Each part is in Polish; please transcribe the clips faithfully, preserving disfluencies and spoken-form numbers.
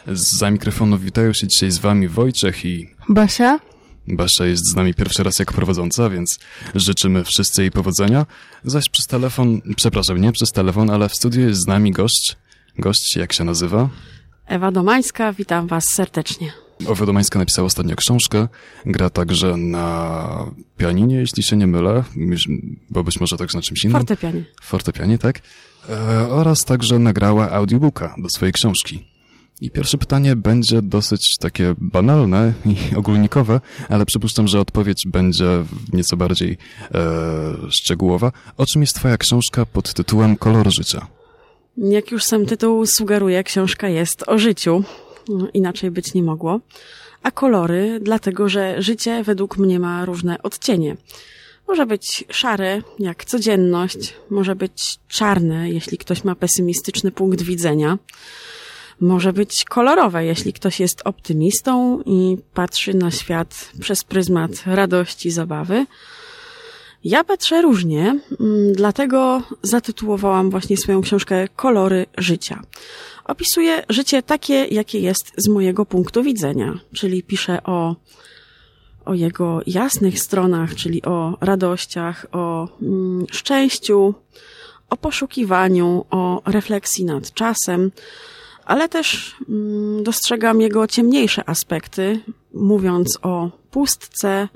Za mikrofonu witają się dzisiaj z wami Wojciech i Basia. Basia jest z nami pierwszy raz jako prowadząca, więc życzymy wszyscy jej powodzenia. Zaś przez telefon, przepraszam, nie przez telefon, ale w studiu jest z nami gość. Gość, jak się nazywa? Ewa Domańska, witam was serdecznie. Ewa Domańska napisała ostatnio książkę, gra także na pianinie, jeśli się nie mylę, bo być może także na czymś innym. Fortepianie. Fortepianie, tak. E, oraz także nagrała audiobooka do swojej książki. I pierwsze pytanie będzie dosyć takie banalne i ogólnikowe, ale przypuszczam, że odpowiedź będzie nieco bardziej e, szczegółowa. O czym jest twoja książka pod tytułem Kolor życia? Jak już sam tytuł sugeruje, książka jest o życiu. No, inaczej być nie mogło. A kolory, dlatego że życie według mnie ma różne odcienie. Może być szare, jak codzienność. Może być czarne, jeśli ktoś ma pesymistyczny punkt widzenia. Może być kolorowe, jeśli ktoś jest optymistą i patrzy na świat przez pryzmat radości, zabawy. Ja patrzę różnie, dlatego zatytułowałam właśnie swoją książkę Kolory życia. Opisuję życie takie, jakie jest z mojego punktu widzenia, czyli piszę o, o jego jasnych stronach, czyli o radościach, o mm, szczęściu, o poszukiwaniu, o refleksji nad czasem, ale też mm, dostrzegam jego ciemniejsze aspekty, mówiąc o pustce,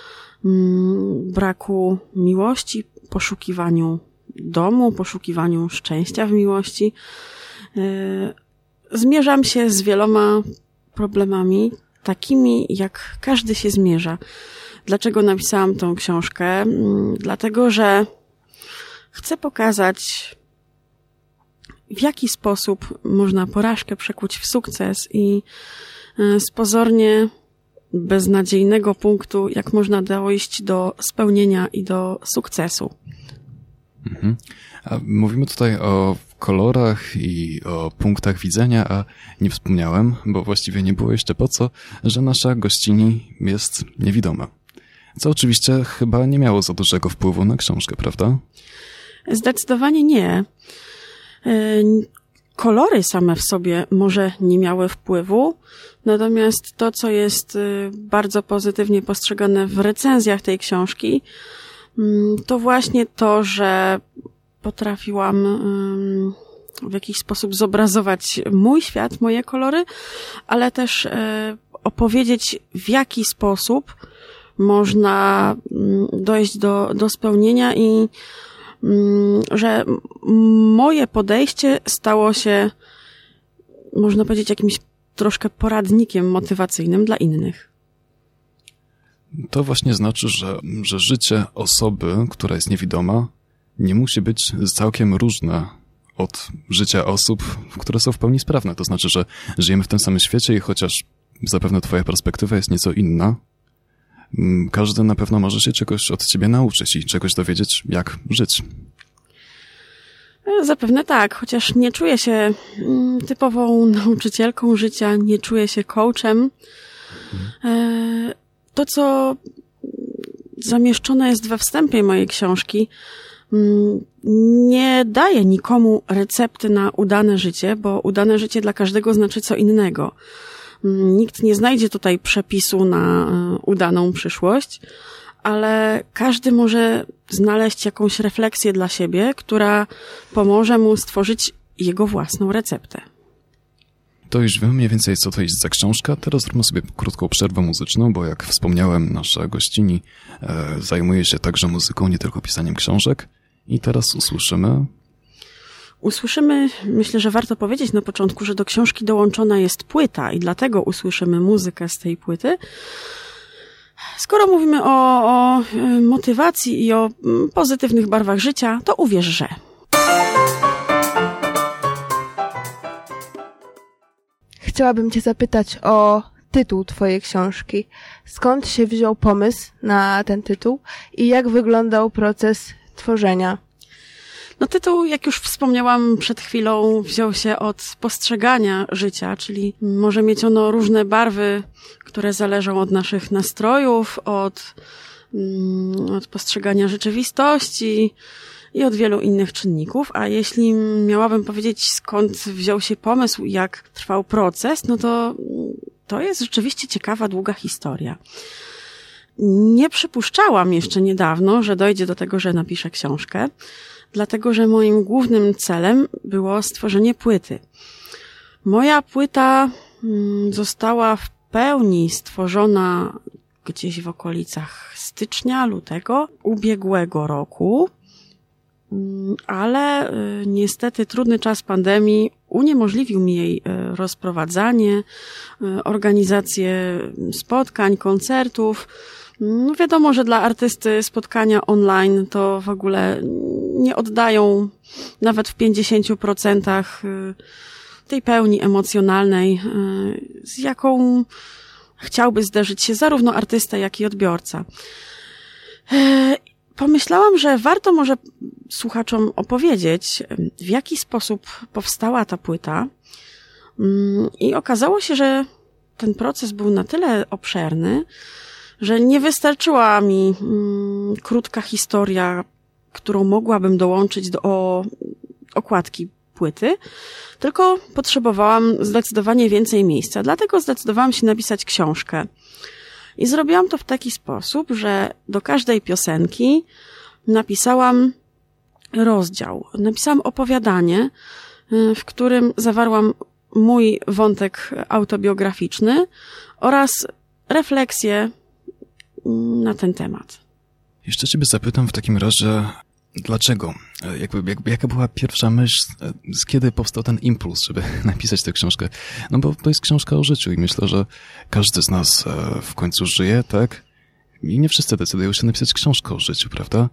mm, braku miłości, poszukiwaniu domu, poszukiwaniu szczęścia w miłości. Yy, zmierzam się z wieloma problemami, takimi jak każdy się zmierza. Dlaczego napisałam tą książkę? Yy, dlatego, że chcę pokazać, w jaki sposób można porażkę przekuć w sukces i z pozornie beznadziejnego punktu, jak można dojść do spełnienia i do sukcesu. Mhm. A mówimy tutaj o kolorach i o punktach widzenia, a nie wspomniałem, bo właściwie nie było jeszcze po co, że nasza gościni jest niewidoma. Co oczywiście chyba nie miało za dużego wpływu na książkę, prawda? Zdecydowanie nie. Kolory same w sobie może nie miały wpływu, natomiast to, co jest bardzo pozytywnie postrzegane w recenzjach tej książki, to właśnie to, że potrafiłam w jakiś sposób zobrazować mój świat, moje kolory, ale też opowiedzieć, w jaki sposób można dojść do, do spełnienia i że moje podejście stało się, można powiedzieć, jakimś troszkę poradnikiem motywacyjnym dla innych. To właśnie znaczy, że, że życie osoby, która jest niewidoma, nie musi być całkiem różne od życia osób, które są w pełni sprawne. To znaczy, że żyjemy w tym samym świecie i chociaż zapewne twoja perspektywa jest nieco inna, każdy na pewno może się czegoś od ciebie nauczyć i czegoś dowiedzieć, jak żyć. Zapewne tak, chociaż nie czuję się typową nauczycielką życia, nie czuję się coachem. To, co zamieszczone jest we wstępie mojej książki, nie daje nikomu recepty na udane życie, bo udane życie dla każdego znaczy co innego. Nikt nie znajdzie tutaj przepisu na udaną przyszłość, ale każdy może znaleźć jakąś refleksję dla siebie, która pomoże mu stworzyć jego własną receptę. To już wiem mniej więcej, co to jest za książka. Teraz zróbmy sobie krótką przerwę muzyczną, bo jak wspomniałem, nasza gościni e, zajmuje się także muzyką, nie tylko pisaniem książek. I teraz usłyszymy... Usłyszymy, myślę, że warto powiedzieć na początku, że do książki dołączona jest płyta i dlatego usłyszymy muzykę z tej płyty. Skoro mówimy o, o motywacji i o pozytywnych barwach życia, to uwierz, że... Chciałabym cię zapytać o tytuł twojej książki. Skąd się wziął pomysł na ten tytuł i jak wyglądał proces tworzenia? No tytuł, jak już wspomniałam przed chwilą, wziął się od postrzegania życia, czyli może mieć ono różne barwy, które zależą od naszych nastrojów, od, od postrzegania rzeczywistości i od wielu innych czynników, a jeśli miałabym powiedzieć, skąd wziął się pomysł i jak trwał proces, no to to jest rzeczywiście ciekawa, długa historia. Nie przypuszczałam jeszcze niedawno, że dojdzie do tego, że napiszę książkę, dlatego że moim głównym celem było stworzenie płyty. Moja płyta została w pełni stworzona gdzieś w okolicach stycznia, lutego ubiegłego roku, ale niestety trudny czas pandemii uniemożliwił mi jej rozprowadzanie, organizację spotkań, koncertów. No wiadomo, że dla artysty spotkania online to w ogóle nie oddają nawet w pięćdziesięciu procentach tej pełni emocjonalnej, z jaką chciałby zderzyć się zarówno artysta, jak i odbiorca. Pomyślałam, że warto może słuchaczom opowiedzieć, w jaki sposób powstała ta płyta. I okazało się, że ten proces był na tyle obszerny, że nie wystarczyła mi krótka historia, którą mogłabym dołączyć do okładki płyty, tylko potrzebowałam zdecydowanie więcej miejsca. Dlatego zdecydowałam się napisać książkę. I zrobiłam to w taki sposób, że do każdej piosenki napisałam rozdział. Napisałam opowiadanie, w którym zawarłam mój wątek autobiograficzny oraz refleksję na ten temat. Jeszcze ciebie zapytam w takim razie, dlaczego? Jakby, jakby, jaka była pierwsza myśl, z kiedy powstał ten impuls, żeby napisać tę książkę? No bo to jest książka o życiu i myślę, że każdy z nas w końcu żyje, tak? I nie wszyscy decydują się napisać książkę o życiu, prawda?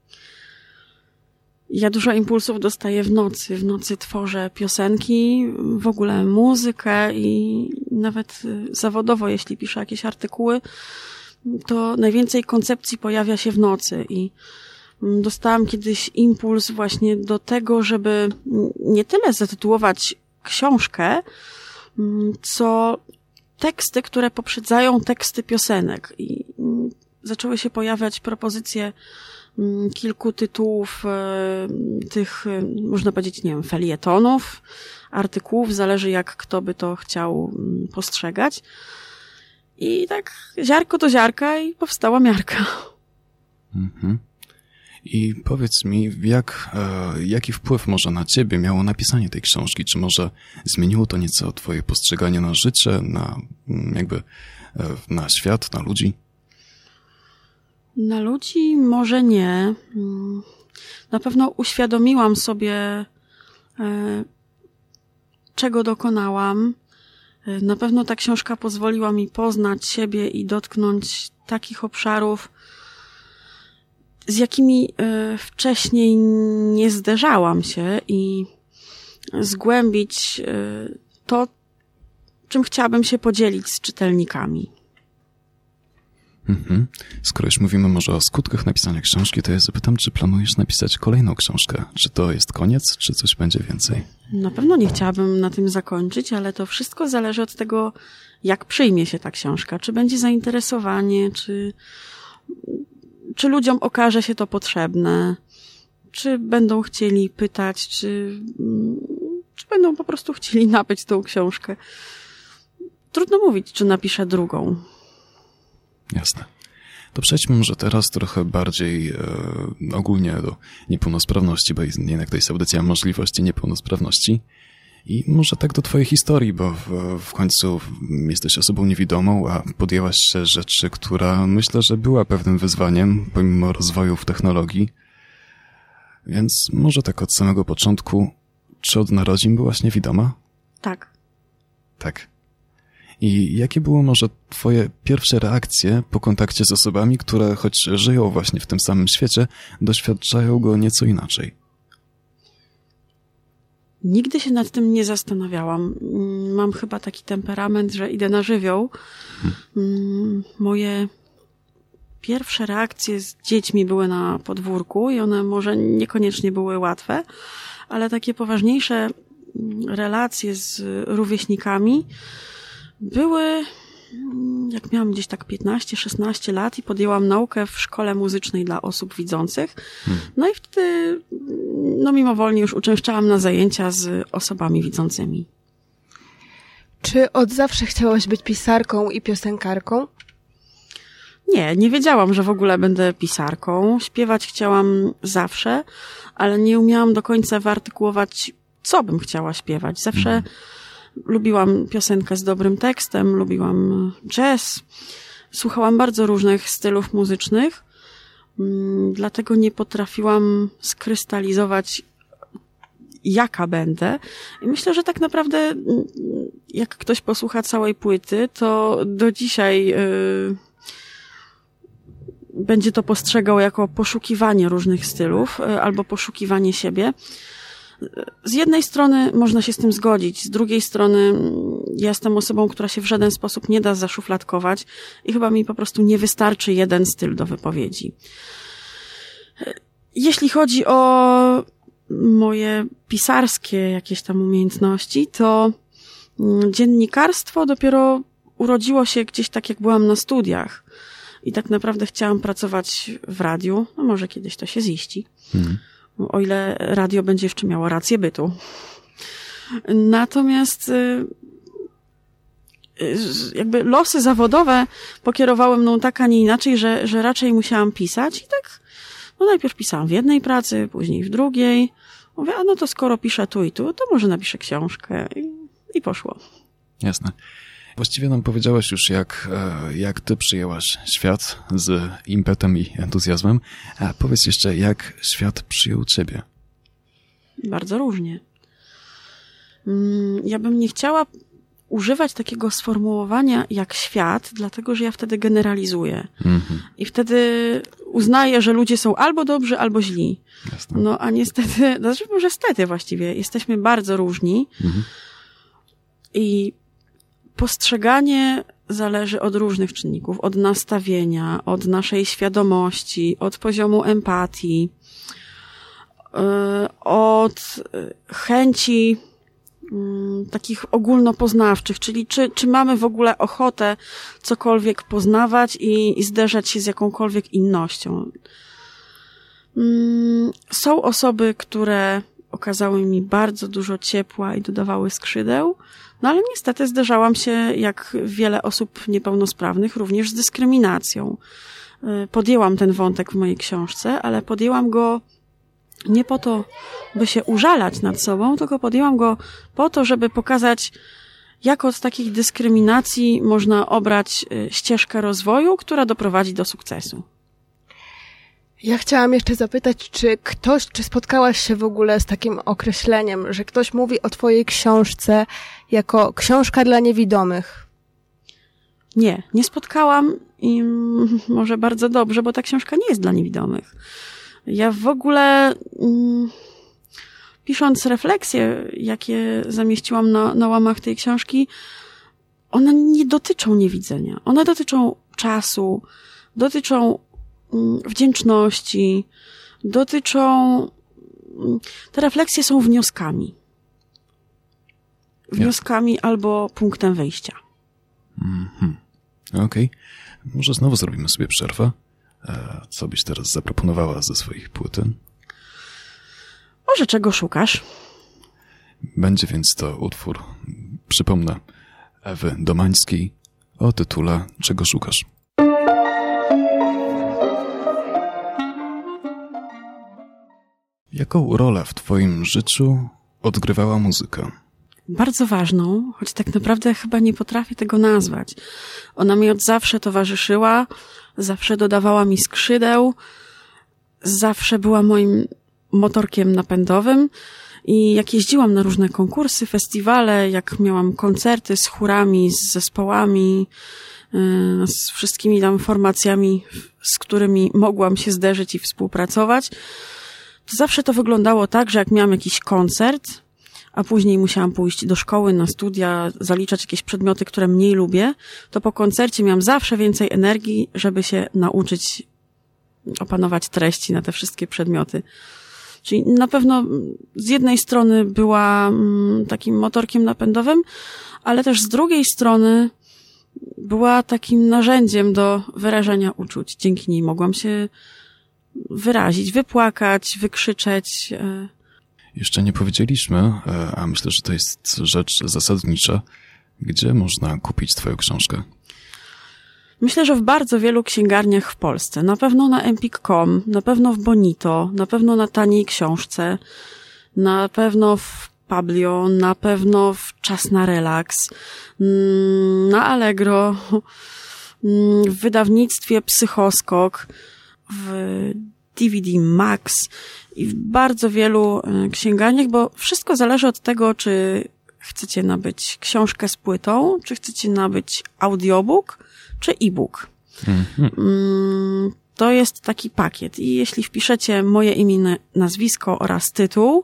Ja dużo impulsów dostaję w nocy. W nocy tworzę piosenki, w ogóle muzykę i nawet zawodowo, jeśli piszę jakieś artykuły, to najwięcej koncepcji pojawia się w nocy i dostałam kiedyś impuls właśnie do tego, żeby nie tyle zatytułować książkę, co teksty, które poprzedzają teksty piosenek. I zaczęły się pojawiać propozycje kilku tytułów tych, można powiedzieć, nie wiem, felietonów, artykułów, zależy jak kto by to chciał postrzegać. I tak ziarko do ziarka i powstała miarka. Mhm. I powiedz mi, jak, e, jaki wpływ może na ciebie miało napisanie tej książki? Czy może zmieniło to nieco twoje postrzeganie na życie, na jakby e, na świat, na ludzi? Na ludzi może nie. Na pewno uświadomiłam sobie, e, czego dokonałam. Na pewno ta książka pozwoliła mi poznać siebie i dotknąć takich obszarów, z jakimi wcześniej nie zderzałam się i zgłębić to, czym chciałabym się podzielić z czytelnikami. Mhm. Skoro już mówimy może o skutkach napisania książki, to ja zapytam, czy planujesz napisać kolejną książkę? Czy to jest koniec, czy coś będzie więcej? Na pewno nie chciałabym na tym zakończyć, ale to wszystko zależy od tego, jak przyjmie się ta książka. Czy będzie zainteresowanie, czy, czy ludziom okaże się to potrzebne, czy będą chcieli pytać, czy, czy będą po prostu chcieli nabyć tą książkę. Trudno mówić, czy napiszę drugą. Jasne. To przejdźmy może teraz trochę bardziej e, ogólnie do niepełnosprawności, bo jednak to jest audycja możliwości niepełnosprawności. I może tak do twojej historii, bo w, w końcu jesteś osobą niewidomą, a podjęłaś się rzeczy, która myślę, że była pewnym wyzwaniem, pomimo rozwojów technologii. Więc może tak od samego początku, czy od narodzin byłaś niewidoma? Tak. Tak. I jakie było może twoje pierwsze reakcje po kontakcie z osobami, które choć żyją właśnie w tym samym świecie, doświadczają go nieco inaczej? Nigdy się nad tym nie zastanawiałam. Mam chyba taki temperament, że idę na żywioł. Hmm. Moje pierwsze reakcje z dziećmi były na podwórku i one może niekoniecznie były łatwe, ale takie poważniejsze relacje z rówieśnikami były jak miałam gdzieś tak piętnaście szesnaście lat i podjęłam naukę w szkole muzycznej dla osób widzących. Hmm. No i wtedy, no mimowolnie już uczęszczałam na zajęcia z osobami widzącymi. Czy od zawsze chciałaś być pisarką i piosenkarką? Nie, nie wiedziałam, że w ogóle będę pisarką. Śpiewać chciałam zawsze, ale nie umiałam do końca wyartykułować, co bym chciała śpiewać. Zawsze hmm. lubiłam piosenkę z dobrym tekstem, lubiłam jazz. Słuchałam bardzo różnych stylów muzycznych, dlatego nie potrafiłam skrystalizować, jaka będę. I myślę, że tak naprawdę jak ktoś posłucha całej płyty, to do dzisiaj yy, będzie to postrzegał jako poszukiwanie różnych stylów yy, albo poszukiwanie siebie. Z jednej strony można się z tym zgodzić, z drugiej strony ja jestem osobą, która się w żaden sposób nie da zaszufladkować i chyba mi po prostu nie wystarczy jeden styl do wypowiedzi. Jeśli chodzi o moje pisarskie jakieś tam umiejętności, to dziennikarstwo dopiero urodziło się gdzieś tak, jak byłam na studiach. I tak naprawdę chciałam pracować w radiu. No może kiedyś to się ziści. Hmm. O ile radio będzie jeszcze miało rację bytu. Natomiast jakby losy zawodowe pokierowały mną tak, a nie inaczej, że, że raczej musiałam pisać. I tak no najpierw pisałam w jednej pracy, później w drugiej. Mówię, a no to skoro piszę tu i tu, to może napiszę książkę. I, i poszło. Jasne. Właściwie nam powiedziałaś już, jak, jak ty przyjęłaś świat z impetem i entuzjazmem. A powiedz jeszcze, jak świat przyjął ciebie? Bardzo różnie. Ja bym nie chciała używać takiego sformułowania jak świat, dlatego że ja wtedy generalizuję. Mhm. I wtedy uznaję, że ludzie są albo dobrzy, albo źli. Jasne. No a niestety, znaczy może stety właściwie, jesteśmy bardzo różni. Mhm. I postrzeganie zależy od różnych czynników, od nastawienia, od naszej świadomości, od poziomu empatii, od chęci takich ogólnopoznawczych, czyli czy, czy mamy w ogóle ochotę cokolwiek poznawać i, i zderzać się z jakąkolwiek innością. Są osoby, które okazały mi bardzo dużo ciepła i dodawały skrzydeł, no ale niestety zderzałam się, jak wiele osób niepełnosprawnych, również z dyskryminacją. Podjęłam ten wątek w mojej książce, ale podjęłam go nie po to, by się użalać nad sobą, tylko podjęłam go po to, żeby pokazać, jak od takich dyskryminacji można obrać ścieżkę rozwoju, która doprowadzi do sukcesu. Ja chciałam jeszcze zapytać, czy ktoś, czy spotkałaś się w ogóle z takim określeniem, że ktoś mówi o twojej książce jako książka dla niewidomych? Nie, nie spotkałam i może bardzo dobrze, bo ta książka nie jest dla niewidomych. Ja w ogóle mm, pisząc refleksje, jakie zamieściłam na, na łamach tej książki, one nie dotyczą niewidzenia. One dotyczą czasu, dotyczą mm, wdzięczności, dotyczą... Mm, te refleksje są wnioskami. Wnioskami ja. albo punktem wyjścia. Mhm. Okej. Okay. Może znowu zrobimy sobie przerwę. Co byś teraz zaproponowała ze swoich płyt? Może czego szukasz? Będzie więc to utwór, przypomnę, Ewy Domańskiej o tytule Czego szukasz? Jaką rolę w twoim życiu odgrywała muzyka? Bardzo ważną, choć tak naprawdę chyba nie potrafię tego nazwać. Ona mi od zawsze towarzyszyła, zawsze dodawała mi skrzydeł, zawsze była moim motorkiem napędowym i jak jeździłam na różne konkursy, festiwale, jak miałam koncerty z chórami, z zespołami, z wszystkimi tam formacjami, z którymi mogłam się zderzyć i współpracować, to zawsze to wyglądało tak, że jak miałam jakiś koncert, a później musiałam pójść do szkoły, na studia, zaliczać jakieś przedmioty, które mniej lubię, to po koncercie miałam zawsze więcej energii, żeby się nauczyć opanować treści na te wszystkie przedmioty. Czyli na pewno z jednej strony była takim motorkiem napędowym, ale też z drugiej strony była takim narzędziem do wyrażania uczuć. Dzięki niej mogłam się wyrazić, wypłakać, wykrzyczeć. Jeszcze nie powiedzieliśmy, a myślę, że to jest rzecz zasadnicza, gdzie można kupić twoją książkę. Myślę, że w bardzo wielu księgarniach w Polsce. Na pewno na empik kropka com, na pewno w Bonito, na pewno na Taniej Książce, na pewno w Pablio, na pewno w Czas na relaks, na Allegro, w wydawnictwie Psychoskok, w D V D Max i w bardzo wielu księgarniach, bo wszystko zależy od tego, czy chcecie nabyć książkę z płytą, czy chcecie nabyć audiobook, czy e-book. Mhm. To jest taki pakiet i jeśli wpiszecie moje imię, nazwisko oraz tytuł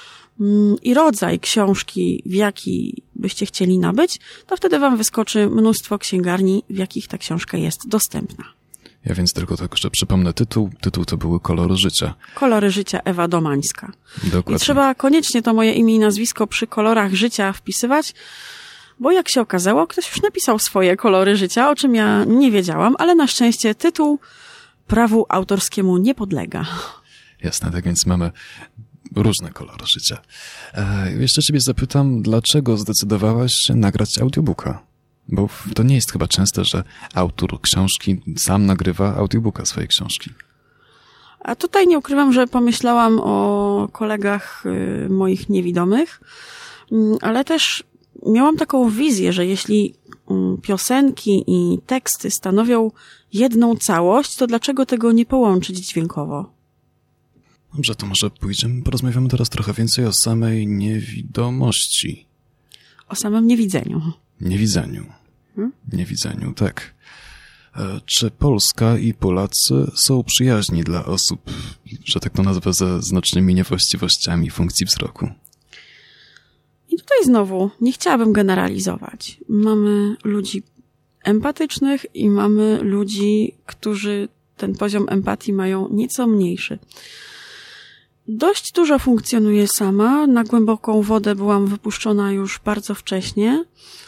i rodzaj książki, w jaki byście chcieli nabyć, to wtedy wam wyskoczy mnóstwo księgarni, w jakich ta książka jest dostępna. Ja więc tylko tak jeszcze przypomnę tytuł. Tytuł to były Kolory życia. Kolory życia, Ewa Domańska. Dokładnie. I trzeba koniecznie to moje imię i nazwisko przy kolorach życia wpisywać, bo jak się okazało, ktoś już napisał swoje kolory życia, o czym ja nie wiedziałam, ale na szczęście tytuł prawu autorskiemu nie podlega. Jasne, tak więc mamy różne kolory życia. E, jeszcze ciebie zapytam, dlaczego zdecydowałaś się nagrać audiobooka? Bo to nie jest chyba częste, że autor książki sam nagrywa audiobooka swojej książki. A tutaj nie ukrywam, że pomyślałam o kolegach y, moich niewidomych, y, ale też miałam taką wizję, że jeśli y, piosenki i teksty stanowią jedną całość, to dlaczego tego nie połączyć dźwiękowo? Dobrze, to może pójdziemy, porozmawiamy teraz trochę więcej o samej niewidomości. O samym niewidzeniu. Niewidzeniu. Hmm? Niewidzeniu, tak. E, czy Polska i Polacy są przyjaźni dla osób, że tak to nazwę, ze znacznymi niewłaściwościami funkcji wzroku? I tutaj znowu nie chciałabym generalizować. Mamy ludzi empatycznych i mamy ludzi, którzy ten poziom empatii mają nieco mniejszy. Dość dużo funkcjonuję sama. Na głęboką wodę byłam wypuszczona już bardzo wcześnie.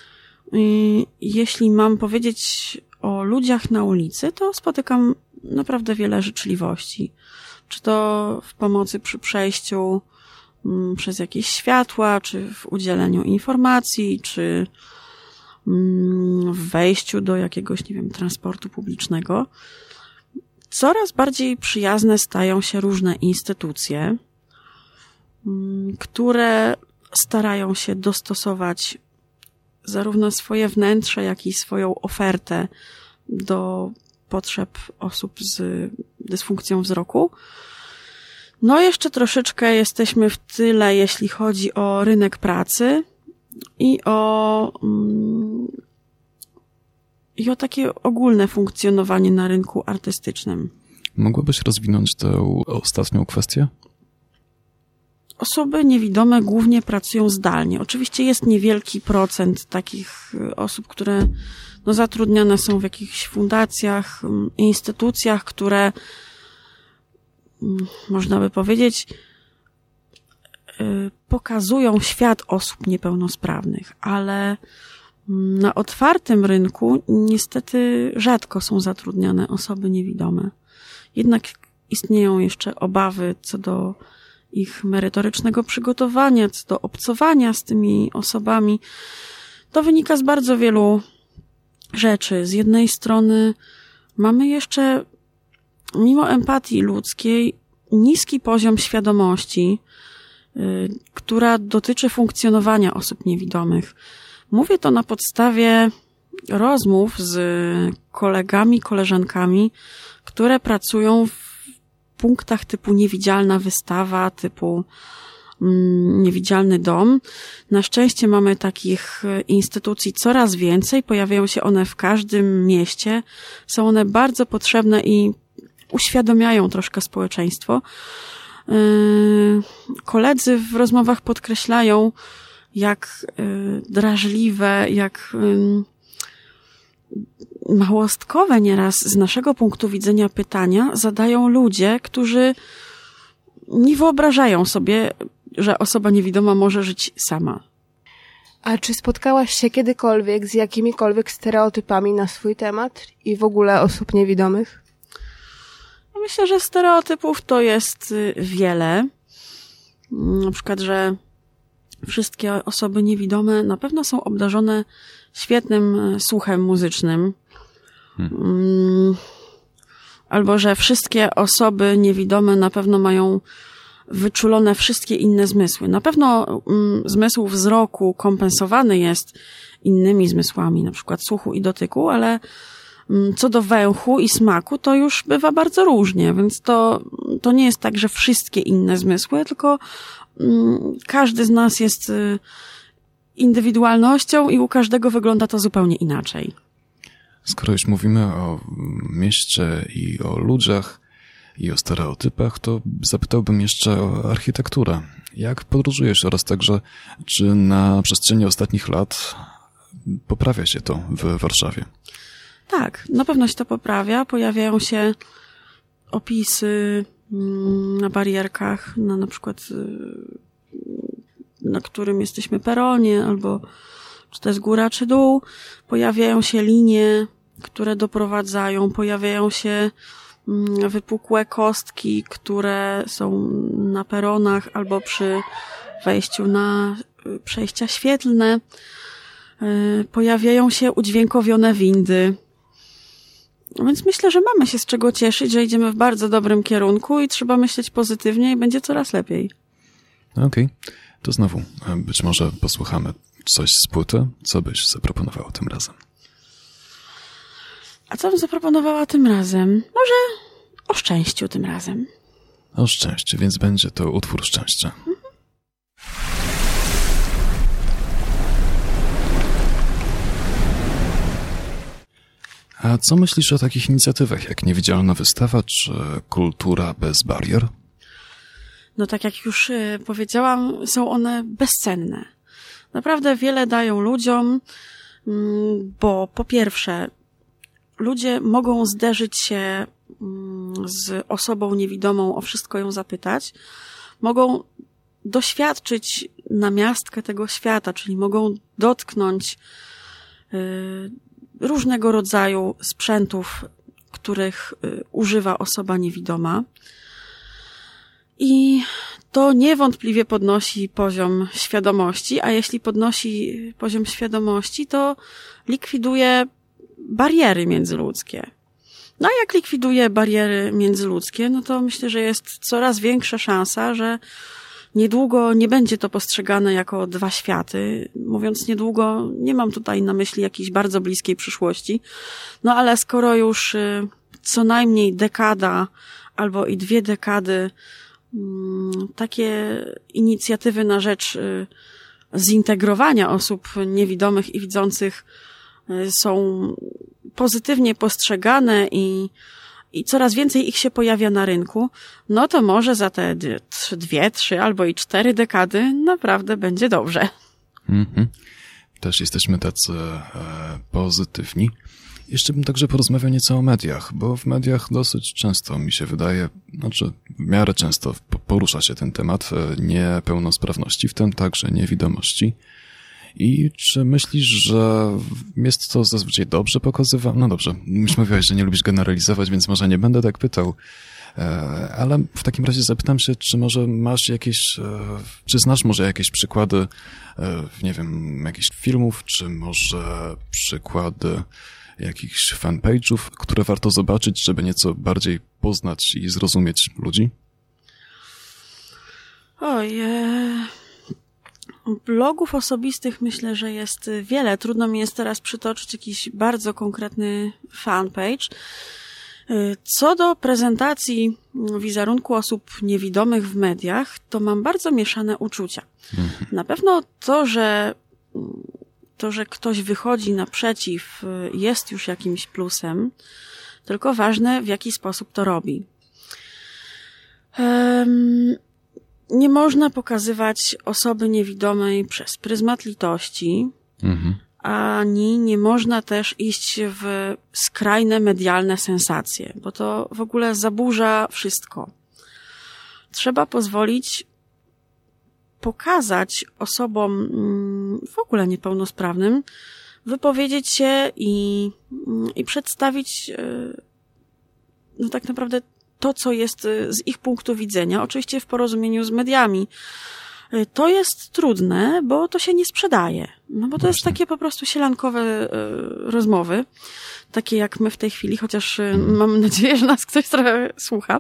I jeśli mam powiedzieć o ludziach na ulicy, to spotykam naprawdę wiele życzliwości. Czy to w pomocy przy przejściu m, przez jakieś światła, czy w udzieleniu informacji, czy m, w wejściu do jakiegoś, nie wiem, transportu publicznego. Coraz bardziej przyjazne stają się różne instytucje, m, które starają się dostosować zarówno swoje wnętrze, jak i swoją ofertę do potrzeb osób z dysfunkcją wzroku. No jeszcze troszeczkę jesteśmy w tyle, jeśli chodzi o rynek pracy i o, i o takie ogólne funkcjonowanie na rynku artystycznym. Mogłabyś rozwinąć tę ostatnią kwestię? Osoby niewidome głównie pracują zdalnie. Oczywiście jest niewielki procent takich osób, które no, zatrudniane są w jakichś fundacjach, instytucjach, które można by powiedzieć pokazują świat osób niepełnosprawnych, ale na otwartym rynku niestety rzadko są zatrudniane osoby niewidome. Jednak istnieją jeszcze obawy co do ich merytorycznego przygotowania, co do obcowania z tymi osobami. To wynika z bardzo wielu rzeczy. Z jednej strony mamy jeszcze, mimo empatii ludzkiej, niski poziom świadomości, yy, która dotyczy funkcjonowania osób niewidomych. Mówię to na podstawie rozmów z kolegami, koleżankami, które pracują w punktach typu niewidzialna wystawa, typu mm, niewidzialny dom. Na szczęście mamy takich instytucji coraz więcej, pojawiają się one w każdym mieście. Są one bardzo potrzebne i uświadamiają troszkę społeczeństwo. Yy, koledzy w rozmowach podkreślają, jak yy, drażliwe, jak yy, małostkowe nieraz z naszego punktu widzenia pytania zadają ludzie, którzy nie wyobrażają sobie, że osoba niewidoma może żyć sama. A czy spotkałaś się kiedykolwiek z jakimikolwiek stereotypami na swój temat i w ogóle osób niewidomych? Myślę, że stereotypów to jest wiele. Na przykład, że wszystkie osoby niewidome na pewno są obdarzone świetnym słuchem muzycznym. Hmm. Albo, że wszystkie osoby niewidome na pewno mają wyczulone wszystkie inne zmysły. Na pewno mm, zmysł wzroku kompensowany jest innymi zmysłami, na przykład słuchu i dotyku, ale mm, co do węchu i smaku, to już bywa bardzo różnie, więc to, to nie jest tak, że wszystkie inne zmysły, tylko mm, każdy z nas jest y, indywidualnością i u każdego wygląda to zupełnie inaczej. Skoro już mówimy o mieście i o ludziach i o stereotypach, to zapytałbym jeszcze o architekturę. Jak podróżujesz oraz także, czy na przestrzeni ostatnich lat poprawia się to w Warszawie? Tak, na pewno się to poprawia. Pojawiają się opisy na barierkach, na na przykład na którym jesteśmy peronie, albo czy to jest góra, czy dół. Pojawiają się linie, które doprowadzają, pojawiają się wypukłe kostki, które są na peronach albo przy wejściu na przejścia świetlne. Pojawiają się udźwiękowione windy. Więc myślę, że mamy się z czego cieszyć, że idziemy w bardzo dobrym kierunku i trzeba myśleć pozytywnie i będzie coraz lepiej. Okej, okay. To znowu być może posłuchamy coś z płyty. Co byś zaproponowała tym razem? A co bym zaproponowała tym razem? Może o szczęściu tym razem. O szczęściu, więc będzie to utwór Szczęścia. Mhm. A co myślisz o takich inicjatywach jak Niewidzialna Wystawa czy Kultura bez barier? No tak jak już powiedziałam, są one bezcenne. Naprawdę wiele dają ludziom, bo po pierwsze ludzie mogą zderzyć się z osobą niewidomą, o wszystko ją zapytać. Mogą doświadczyć namiastkę tego świata, czyli mogą dotknąć różnego rodzaju sprzętów, których używa osoba niewidoma. I to niewątpliwie podnosi poziom świadomości, a jeśli podnosi poziom świadomości, to likwiduje bariery międzyludzkie. No a jak likwiduje bariery międzyludzkie, no to myślę, że jest coraz większa szansa, że niedługo nie będzie to postrzegane jako dwa światy. Mówiąc niedługo, nie mam tutaj na myśli jakiejś bardzo bliskiej przyszłości. No ale skoro już co najmniej dekada albo i dwie dekady takie inicjatywy na rzecz zintegrowania osób niewidomych i widzących są pozytywnie postrzegane i, i coraz więcej ich się pojawia na rynku, no to może za te dwie, trzy albo i cztery dekady naprawdę będzie dobrze. Mm-hmm. Też jesteśmy tacy e, pozytywni. Jeszcze bym także porozmawiał nieco o mediach, bo w mediach dosyć często mi się wydaje, znaczy w miarę często porusza się ten temat niepełnosprawności, w tym także niewidomości. I czy myślisz, że jest to zazwyczaj dobrze pokazywane? No dobrze, już mówiłeś, że nie lubisz generalizować, więc może nie będę tak pytał. Ale w takim razie zapytam się, czy może masz jakieś, czy znasz może jakieś przykłady, nie wiem, jakichś filmów, czy może przykłady jakichś fanpage'ów, które warto zobaczyć, żeby nieco bardziej poznać i zrozumieć ludzi? Oj, e... blogów osobistych myślę, że jest wiele. Trudno mi jest teraz przytoczyć jakiś bardzo konkretny fanpage. Co do prezentacji wizerunku osób niewidomych w mediach, to mam bardzo mieszane uczucia. Mhm. Na pewno to, że to, że ktoś wychodzi naprzeciw, jest już jakimś plusem, tylko ważne, w jaki sposób to robi. Um, nie można pokazywać osoby niewidomej przez pryzmat litości, mhm. ani nie można też iść w skrajne medialne sensacje, bo to w ogóle zaburza wszystko. Trzeba pozwolić pokazać osobom w ogóle niepełnosprawnym, wypowiedzieć się i, i przedstawić no tak naprawdę to, co jest z ich punktu widzenia, oczywiście w porozumieniu z mediami. To jest trudne, bo to się nie sprzedaje. No bo to jest takie po prostu sielankowe rozmowy, takie jak my w tej chwili, chociaż mam nadzieję, że nas ktoś trochę słucha.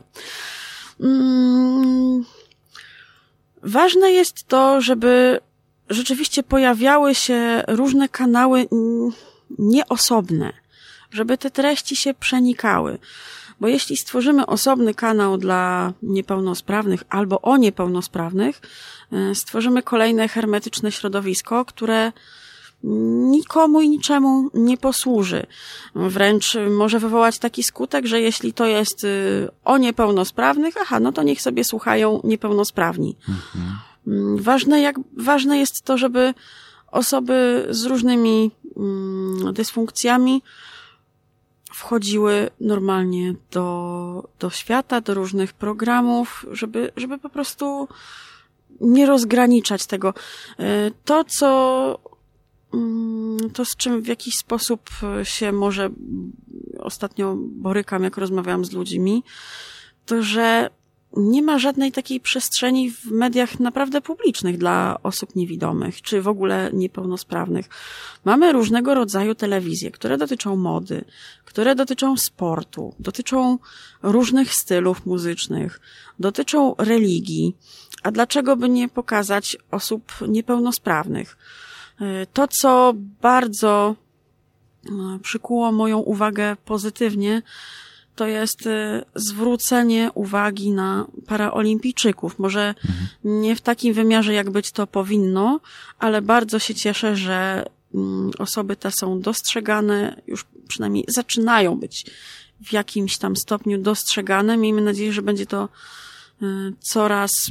Ważne jest to, żeby rzeczywiście pojawiały się różne kanały nieosobne, żeby te treści się przenikały. Bo jeśli stworzymy osobny kanał dla niepełnosprawnych albo o niepełnosprawnych, stworzymy kolejne hermetyczne środowisko, które nikomu i niczemu nie posłuży. Wręcz może wywołać taki skutek, że jeśli to jest o niepełnosprawnych, aha, no to niech sobie słuchają niepełnosprawni. Mhm. Ważne, jak, ważne jest to, żeby osoby z różnymi mm, dysfunkcjami wchodziły normalnie do, do świata, do różnych programów, żeby, żeby po prostu nie rozgraniczać tego. To, co, to z czym w jakiś sposób się może ostatnio borykam, jak rozmawiam z ludźmi, to, że nie ma żadnej takiej przestrzeni w mediach naprawdę publicznych dla osób niewidomych, czy w ogóle niepełnosprawnych. Mamy różnego rodzaju telewizje, które dotyczą mody, które dotyczą sportu, dotyczą różnych stylów muzycznych, dotyczą religii. A dlaczego by nie pokazać osób niepełnosprawnych? To, co bardzo przykuło moją uwagę pozytywnie, to jest zwrócenie uwagi na paraolimpijczyków. Może mhm. nie w takim wymiarze, jak być to powinno, ale bardzo się cieszę, że osoby te są dostrzegane, już przynajmniej zaczynają być w jakimś tam stopniu dostrzegane. Miejmy nadzieję, że będzie to coraz,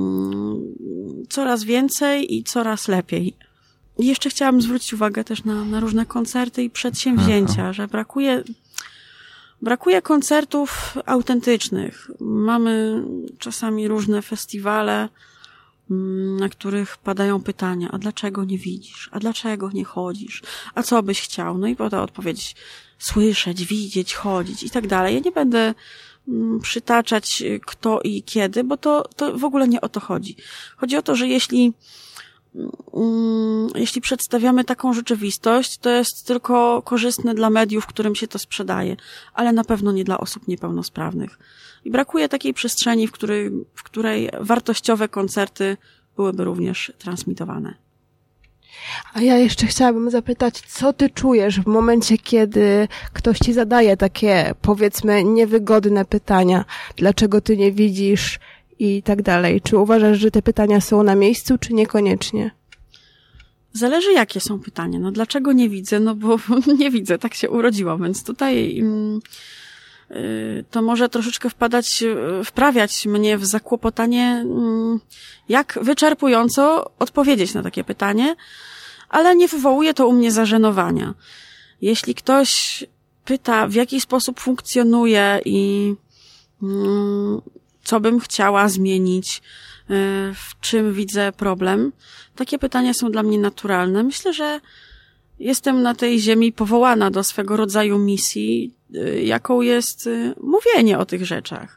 coraz więcej i coraz lepiej. I jeszcze chciałam zwrócić uwagę też na, na różne koncerty i przedsięwzięcia, Aha. że brakuje... Brakuje koncertów autentycznych. Mamy czasami różne festiwale, na których padają pytania, a dlaczego nie widzisz? A dlaczego nie chodzisz? A co byś chciał? No i potem odpowiedź, słyszeć, widzieć, chodzić i tak dalej. Ja nie będę przytaczać kto i kiedy, bo to, to w ogóle nie o to chodzi. Chodzi o to, że jeśli jeśli przedstawiamy taką rzeczywistość, to jest tylko korzystne dla mediów, którym się to sprzedaje, ale na pewno nie dla osób niepełnosprawnych. I brakuje takiej przestrzeni, w której, w której wartościowe koncerty byłyby również transmitowane. A ja jeszcze chciałabym zapytać, co ty czujesz w momencie, kiedy ktoś ci zadaje takie, powiedzmy, niewygodne pytania? Dlaczego ty nie widzisz i tak dalej? Czy uważasz, że te pytania są na miejscu, czy niekoniecznie? Zależy, jakie są pytania. No dlaczego nie widzę? No bo nie widzę, tak się urodziłam, więc tutaj yy, to może troszeczkę wpadać, wprawiać mnie w zakłopotanie, yy, jak wyczerpująco odpowiedzieć na takie pytanie, ale nie wywołuje to u mnie zażenowania. Jeśli ktoś pyta, w jaki sposób funkcjonuje i yy, co bym chciała zmienić, w czym widzę problem. Takie pytania są dla mnie naturalne. Myślę, że jestem na tej ziemi powołana do swego rodzaju misji, jaką jest mówienie o tych rzeczach.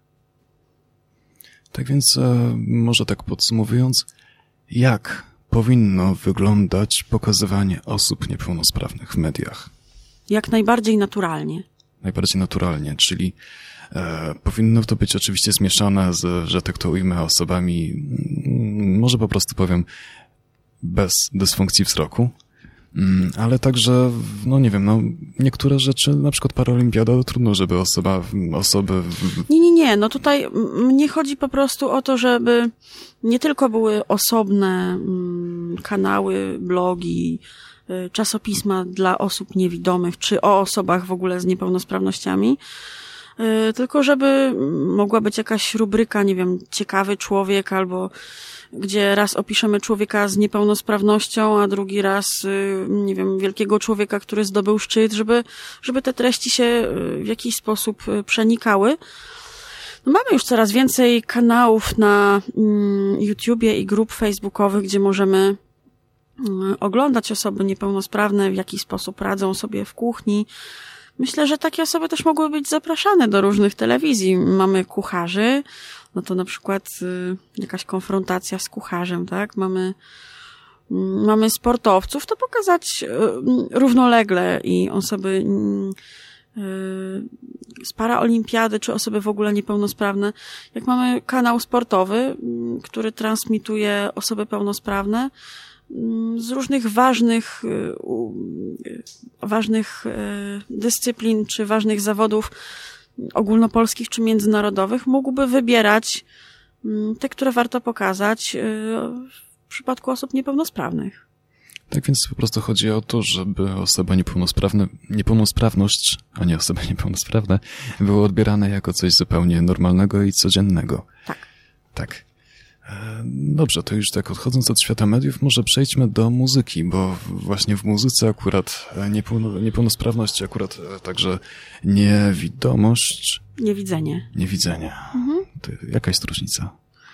Tak więc, może tak podsumowując, jak powinno wyglądać pokazywanie osób niepełnosprawnych w mediach? Jak najbardziej naturalnie. Najbardziej naturalnie, czyli E, powinno to być oczywiście zmieszane z, że tak to ujmę, osobami, może po prostu powiem, bez dysfunkcji wzroku, ale także, no nie wiem, no niektóre rzeczy, na przykład paraolimpiada, to trudno, żeby osoba, osoby... Nie, nie, nie, no tutaj mnie chodzi po prostu o to, żeby nie tylko były osobne kanały, blogi, czasopisma dla osób niewidomych, czy o osobach w ogóle z niepełnosprawnościami, tylko żeby mogła być jakaś rubryka, nie wiem, ciekawy człowiek, albo gdzie raz opiszemy człowieka z niepełnosprawnością, a drugi raz, nie wiem, wielkiego człowieka, który zdobył szczyt, żeby, żeby te treści się w jakiś sposób przenikały. No mamy już coraz więcej kanałów na YouTubie i grup facebookowych, gdzie możemy oglądać osoby niepełnosprawne, w jaki sposób radzą sobie w kuchni. Myślę, że takie osoby też mogły być zapraszane do różnych telewizji. Mamy kucharzy, no to na przykład jakaś konfrontacja z kucharzem, tak? Mamy, mamy sportowców, to pokazać równolegle i osoby z paraolimpiady, czy osoby w ogóle niepełnosprawne. Jak mamy kanał sportowy, który transmituje osoby pełnosprawne, z różnych ważnych, ważnych dyscyplin, czy ważnych zawodów ogólnopolskich, czy międzynarodowych, mógłby wybierać te, które warto pokazać w przypadku osób niepełnosprawnych. Tak więc po prostu chodzi o to, żeby osoba niepełnosprawna, niepełnosprawność, a nie osoby niepełnosprawne, było odbierane jako coś zupełnie normalnego i codziennego. Tak. Tak. Dobrze, to już tak odchodząc od świata mediów, może przejdźmy do muzyki, bo właśnie w muzyce akurat niepełno, niepełnosprawność, akurat także niewidomość... Niewidzenie. Niewidzenie. Mhm. To jaka jest różnica?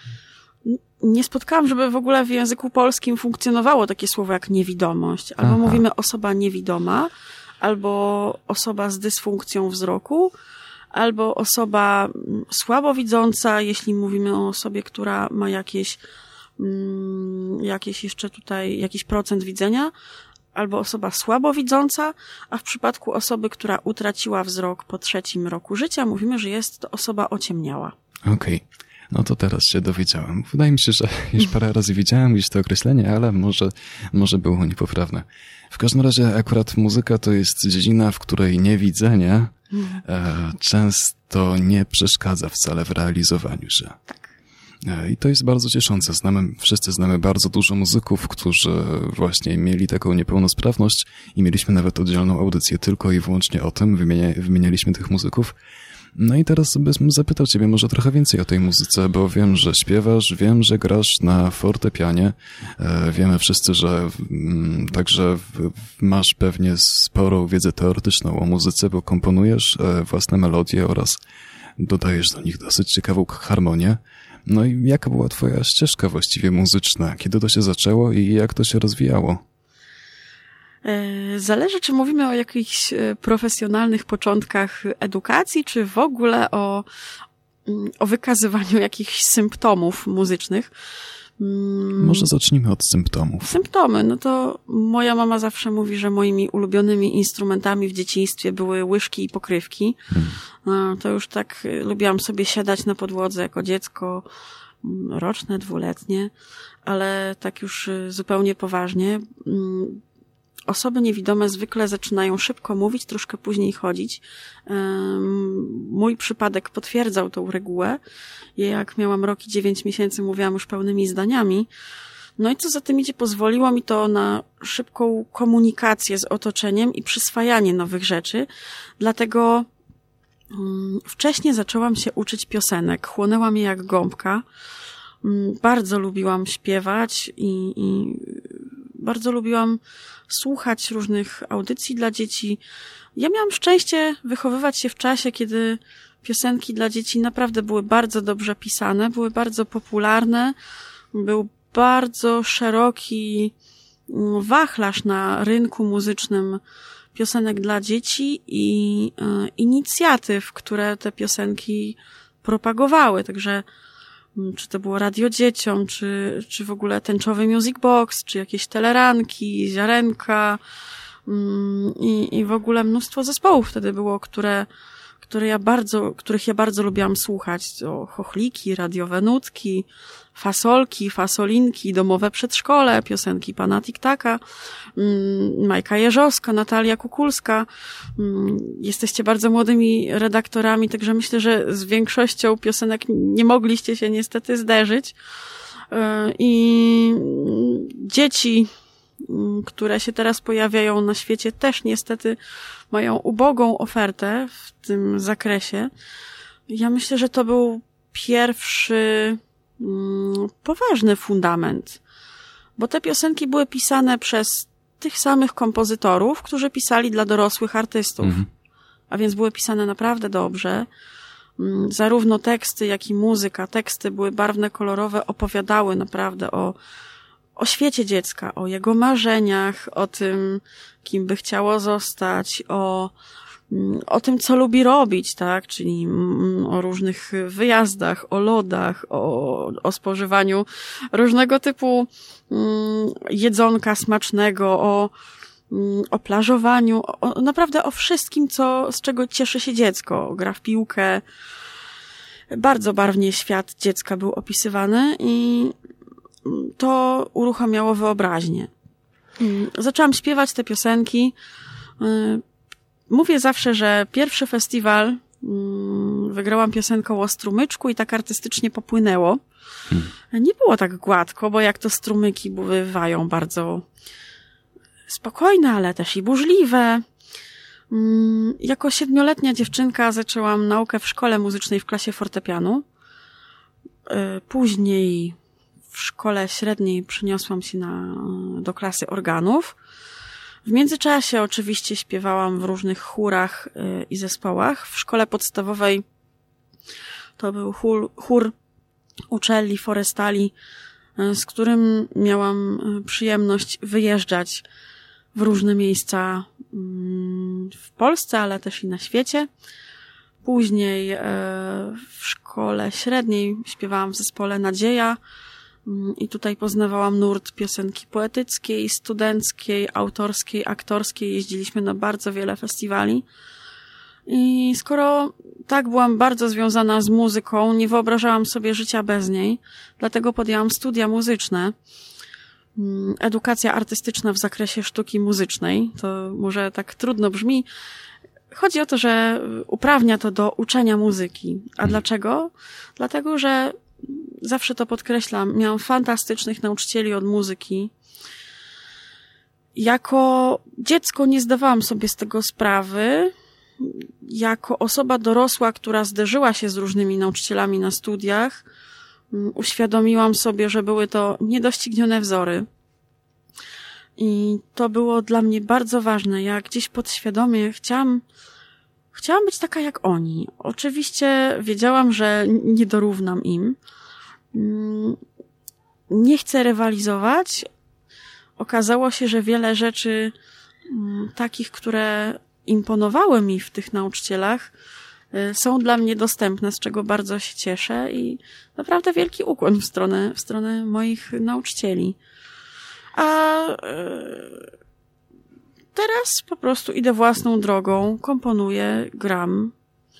Nie spotkałam, żeby w ogóle w języku polskim funkcjonowało takie słowo jak niewidomość. Albo Aha. mówimy osoba niewidoma, albo osoba z dysfunkcją wzroku, albo osoba słabowidząca, jeśli mówimy o osobie, która ma jakieś, mm, jakieś jeszcze tutaj, jakiś procent widzenia, albo osoba słabowidząca, a w przypadku osoby, która utraciła wzrok po trzecim roku życia, mówimy, że jest to osoba ociemniała. Okej. Okay. No to teraz się dowiedziałem. Wydaje mi się, że już parę razy widziałem gdzieś to określenie, ale może, może było niepoprawne. W każdym razie akurat muzyka to jest dziedzina, w której niewidzenie e, często nie przeszkadza wcale w realizowaniu się. E, I to jest bardzo cieszące. Znamy, wszyscy znamy bardzo dużo muzyków, którzy właśnie mieli taką niepełnosprawność i mieliśmy nawet oddzielną audycję tylko i wyłącznie o tym. Wymienia, wymienialiśmy tych muzyków. No i teraz bym zapytał ciebie może trochę więcej o tej muzyce, bo wiem, że śpiewasz, wiem, że grasz na fortepianie. E, wiemy wszyscy, że m, także w, masz pewnie sporą wiedzę teoretyczną o muzyce, bo komponujesz e, własne melodie oraz dodajesz do nich dosyć ciekawą harmonię. No i jaka była twoja ścieżka właściwie muzyczna? Kiedy to się zaczęło i jak to się rozwijało? Zależy, czy mówimy o jakichś profesjonalnych początkach edukacji, czy w ogóle o, o wykazywaniu jakichś symptomów muzycznych. Może zacznijmy od symptomów. Symptomy, no to moja mama zawsze mówi, że moimi ulubionymi instrumentami w dzieciństwie były łyżki i pokrywki. Hmm. To już tak lubiłam sobie siadać na podłodze jako dziecko, roczne, dwuletnie, ale tak już zupełnie poważnie. Osoby niewidome zwykle zaczynają szybko mówić, troszkę później chodzić. Mój przypadek potwierdzał tą regułę. Jak miałam rok i dziewięć miesięcy, mówiłam już pełnymi zdaniami. No i co za tym idzie, pozwoliło mi to na szybką komunikację z otoczeniem i przyswajanie nowych rzeczy. Dlatego wcześniej zaczęłam się uczyć piosenek. Chłonęłam je jak gąbka. Bardzo lubiłam śpiewać i, i bardzo lubiłam słuchać różnych audycji dla dzieci. Ja miałam szczęście wychowywać się w czasie, kiedy piosenki dla dzieci naprawdę były bardzo dobrze pisane, były bardzo popularne, był bardzo szeroki wachlarz na rynku muzycznym piosenek dla dzieci i e, inicjatyw, które te piosenki propagowały. Także czy to było Radio Dzieciom, czy, czy w ogóle tęczowy Music Box, czy jakieś teleranki, ziarenka mm, i, i w ogóle mnóstwo zespołów wtedy było, które, które ja bardzo, których ja bardzo lubiłam słuchać. To chochliki, radiowe nutki, fasolki, fasolinki, domowe przedszkole, piosenki pana Tiktaka, Majka Jeżowska, Natalia Kukulska. Jesteście bardzo młodymi redaktorami, także myślę, że z większością piosenek nie mogliście się niestety zderzyć. I dzieci, które się teraz pojawiają na świecie, też niestety mają ubogą ofertę w tym zakresie. Ja myślę, że to był pierwszy poważny fundament, bo te piosenki były pisane przez tych samych kompozytorów, którzy pisali dla dorosłych artystów, mhm. a więc były pisane naprawdę dobrze. Zarówno teksty, jak i muzyka. Teksty były barwne, kolorowe, opowiadały naprawdę o, o świecie dziecka, o jego marzeniach, o tym, kim by chciało zostać, o, o tym, co lubi robić, tak, czyli o różnych wyjazdach, o lodach, o, o spożywaniu różnego typu jedzonka smacznego, o, o plażowaniu, o, naprawdę o wszystkim, co, z czego cieszy się dziecko. Gra w piłkę. Bardzo barwnie świat dziecka był opisywany i to uruchamiało wyobraźnię. Zaczęłam śpiewać te piosenki. Mówię zawsze, że pierwszy festiwal wygrałam piosenką o strumyczku i tak artystycznie popłynęło. Nie było tak gładko, bo jak to strumyki bywają bardzo spokojne, ale też i burzliwe. Jako siedmioletnia dziewczynka zaczęłam naukę w szkole muzycznej w klasie fortepianu. Później w szkole średniej przeniosłam się na, do klasy organów. W międzyczasie oczywiście śpiewałam w różnych chórach i zespołach. W szkole podstawowej to był chór, chór uczelni Forestali, z którym miałam przyjemność wyjeżdżać w różne miejsca w Polsce, ale też i na świecie. Później w szkole średniej śpiewałam w zespole Nadzieja i tutaj poznawałam nurt piosenki poetyckiej, studenckiej, autorskiej, aktorskiej. Jeździliśmy na bardzo wiele festiwali. I skoro tak byłam bardzo związana z muzyką, nie wyobrażałam sobie życia bez niej, dlatego podjęłam studia muzyczne. Edukacja artystyczna w zakresie sztuki muzycznej. To może tak trudno brzmi. Chodzi o to, że uprawnia to do uczenia muzyki. A dlaczego? Dlatego, że zawsze to podkreślam, miałam fantastycznych nauczycieli od muzyki. Jako dziecko nie zdawałam sobie z tego sprawy. Jako osoba dorosła, która zderzyła się z różnymi nauczycielami na studiach, uświadomiłam sobie, że były to niedoścignione wzory. I to było dla mnie bardzo ważne. Ja gdzieś podświadomie chciałam, chciałam być taka jak oni. Oczywiście wiedziałam, że nie dorównam im. Nie chcę rywalizować. Okazało się, że wiele rzeczy takich, które imponowały mi w tych nauczycielach, są dla mnie dostępne, z czego bardzo się cieszę i naprawdę wielki ukłon w stronę, w stronę moich nauczycieli. A teraz po prostu idę własną drogą, komponuję, gram.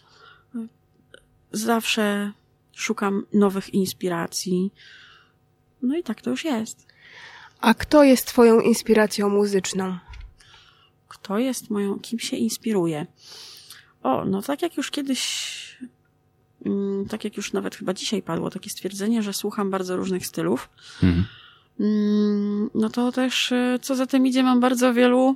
Zawsze szukam nowych inspiracji. No i tak to już jest. A kto jest twoją inspiracją muzyczną? Kto jest moją, kim się inspiruje? O, no tak jak już kiedyś, tak jak już nawet chyba dzisiaj padło takie stwierdzenie, że słucham bardzo różnych stylów. Mhm. No to też, co za tym idzie, mam bardzo wielu,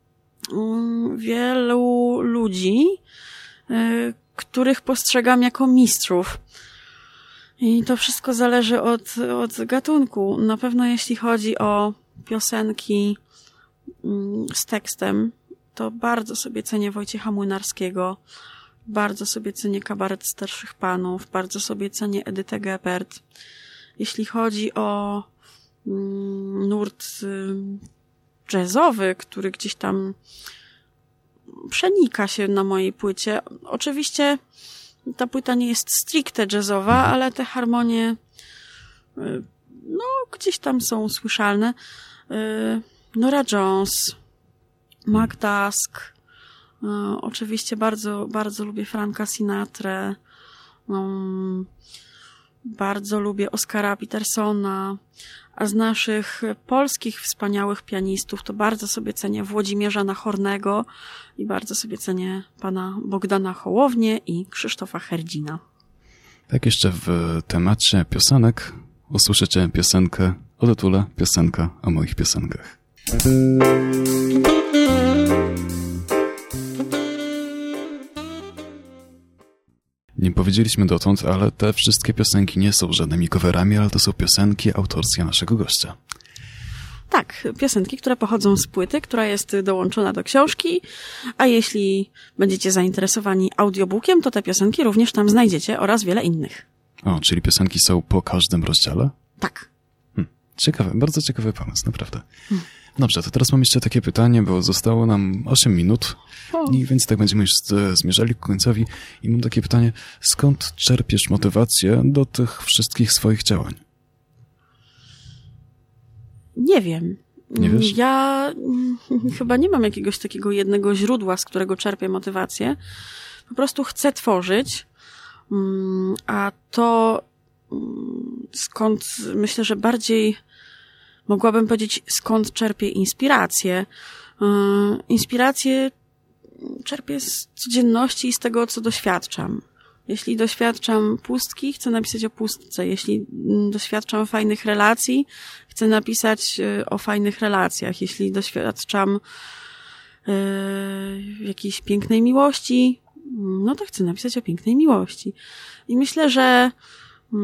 wielu ludzi, których postrzegam jako mistrzów. I to wszystko zależy od, od gatunku. Na pewno jeśli chodzi o piosenki z tekstem, to bardzo sobie cenię Wojciecha Młynarskiego, bardzo sobie cenię Kabaret Starszych Panów, bardzo sobie cenię Edytę Geppert. Jeśli chodzi o nurt jazzowy, który gdzieś tam przenika się na mojej płycie. Oczywiście ta płyta nie jest stricte jazzowa, ale te harmonie no gdzieś tam są słyszalne. Nora Jones, Mac Dusk, oczywiście bardzo, bardzo lubię Franka Sinatrę, bardzo lubię Oskara Petersona, a z naszych polskich wspaniałych pianistów to bardzo sobie cenię Włodzimierza Nachornego i bardzo sobie cenię pana Bogdana Hołownię i Krzysztofa Herdzina. Tak jeszcze w temacie piosenek usłyszycie piosenkę o tytule Piosenka o moich piosenkach. Nie powiedzieliśmy dotąd, ale te wszystkie piosenki nie są żadnymi coverami, ale to są piosenki autorskie naszego gościa. Tak, piosenki, które pochodzą z płyty, która jest dołączona do książki, a jeśli będziecie zainteresowani audiobookiem, to te piosenki również tam znajdziecie oraz wiele innych. O, czyli piosenki są po każdym rozdziale? Tak. Hm, Ciekawe, bardzo ciekawy pomysł, naprawdę. Hmm. Dobrze, to teraz mam jeszcze takie pytanie, bo zostało nam osiem minut, o. i więc tak będziemy już zmierzali ku końcowi. I mam takie pytanie, skąd czerpiesz motywację do tych wszystkich swoich działań? Nie wiem. Nie wiesz? Ja chyba nie mam jakiegoś takiego jednego źródła, z którego czerpię motywację. Po prostu chcę tworzyć, a to skąd, myślę, że bardziej mogłabym powiedzieć, skąd czerpię inspirację. Inspirację czerpię z codzienności i z tego, co doświadczam. Jeśli doświadczam pustki, chcę napisać o pustce. Jeśli doświadczam fajnych relacji, chcę napisać o fajnych relacjach. Jeśli doświadczam yy, jakiejś pięknej miłości, no to chcę napisać o pięknej miłości. I myślę, że yy,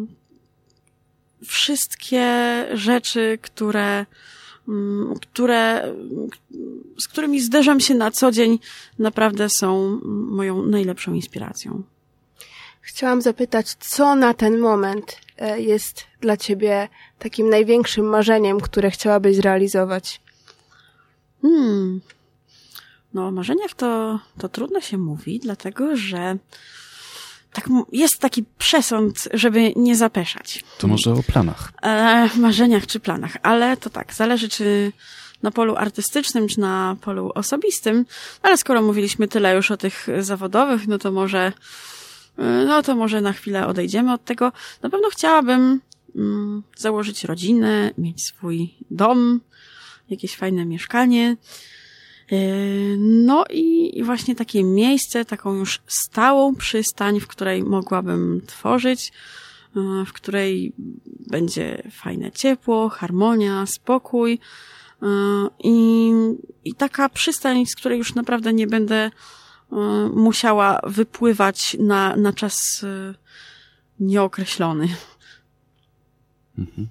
wszystkie rzeczy, które, yy, które, z którymi zderzam się na co dzień, naprawdę są moją najlepszą inspiracją. Chciałam zapytać, co na ten moment jest dla ciebie takim największym marzeniem, które chciałabyś zrealizować? Hmm. No, o marzeniach to, to trudno się mówi, dlatego że tak jest taki przesąd, żeby nie zapeszać. To może o planach. E, marzeniach czy planach, ale to tak, zależy czy na polu artystycznym, czy na polu osobistym, ale skoro mówiliśmy tyle już o tych zawodowych, no to może No to może na chwilę odejdziemy od tego. Na pewno chciałabym mm, założyć rodzinę, mieć swój dom, jakieś fajne mieszkanie. Yy, no i, i właśnie takie miejsce, taką już stałą przystań, w której mogłabym tworzyć, yy, w której będzie fajne ciepło, harmonia, spokój. Yy, i, I taka przystań, z której już naprawdę nie będę musiała wypływać na, na czas nieokreślony. Mhm.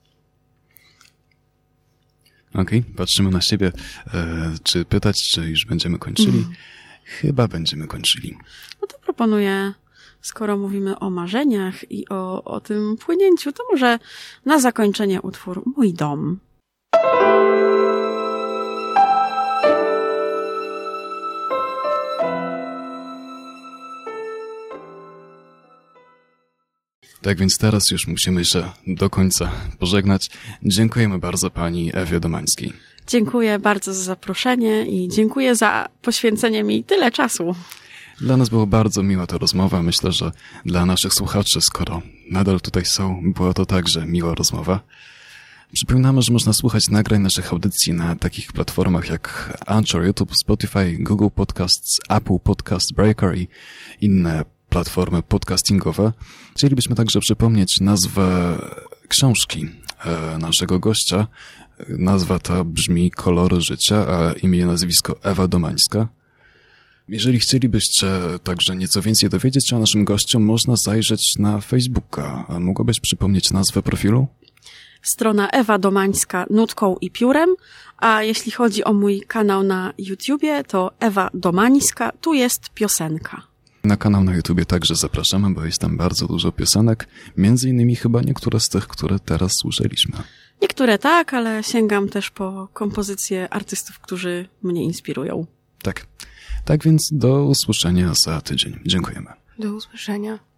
Okej, okay, patrzymy na siebie. E, czy pytać, czy już będziemy kończyli? Mhm. Chyba będziemy kończyli. No to proponuję, skoro mówimy o marzeniach i o, o tym płynięciu, to może na zakończenie utwór Mój dom. Tak więc teraz już musimy się do końca pożegnać. Dziękujemy bardzo pani Ewie Domańskiej. Dziękuję bardzo za zaproszenie i dziękuję za poświęcenie mi tyle czasu. Dla nas było bardzo miła ta rozmowa. Myślę, że dla naszych słuchaczy, skoro nadal tutaj są, była to także miła rozmowa. Przypominamy, że można słuchać nagrań naszych audycji na takich platformach jak Anchor, YouTube, Spotify, Google Podcasts, Apple Podcast, Breaker i inne platformy podcastingowe. Chcielibyśmy także przypomnieć nazwę książki naszego gościa. Nazwa ta brzmi Kolory życia, a imię i nazwisko Ewa Domańska. Jeżeli chcielibyście także nieco więcej dowiedzieć się o naszym gościu, można zajrzeć na Facebooka. A mogłabyś przypomnieć nazwę profilu? Strona Ewa Domańska nutką i piórem, a jeśli chodzi o mój kanał na YouTubie, to Ewa Domańska, tu jest piosenka. Na kanał na YouTubie także zapraszamy, bo jest tam bardzo dużo piosenek, między innymi chyba niektóre z tych, które teraz słyszeliśmy. Niektóre tak, ale sięgam też po kompozycje artystów, którzy mnie inspirują. Tak. Tak więc do usłyszenia za tydzień. Dziękujemy. Do usłyszenia.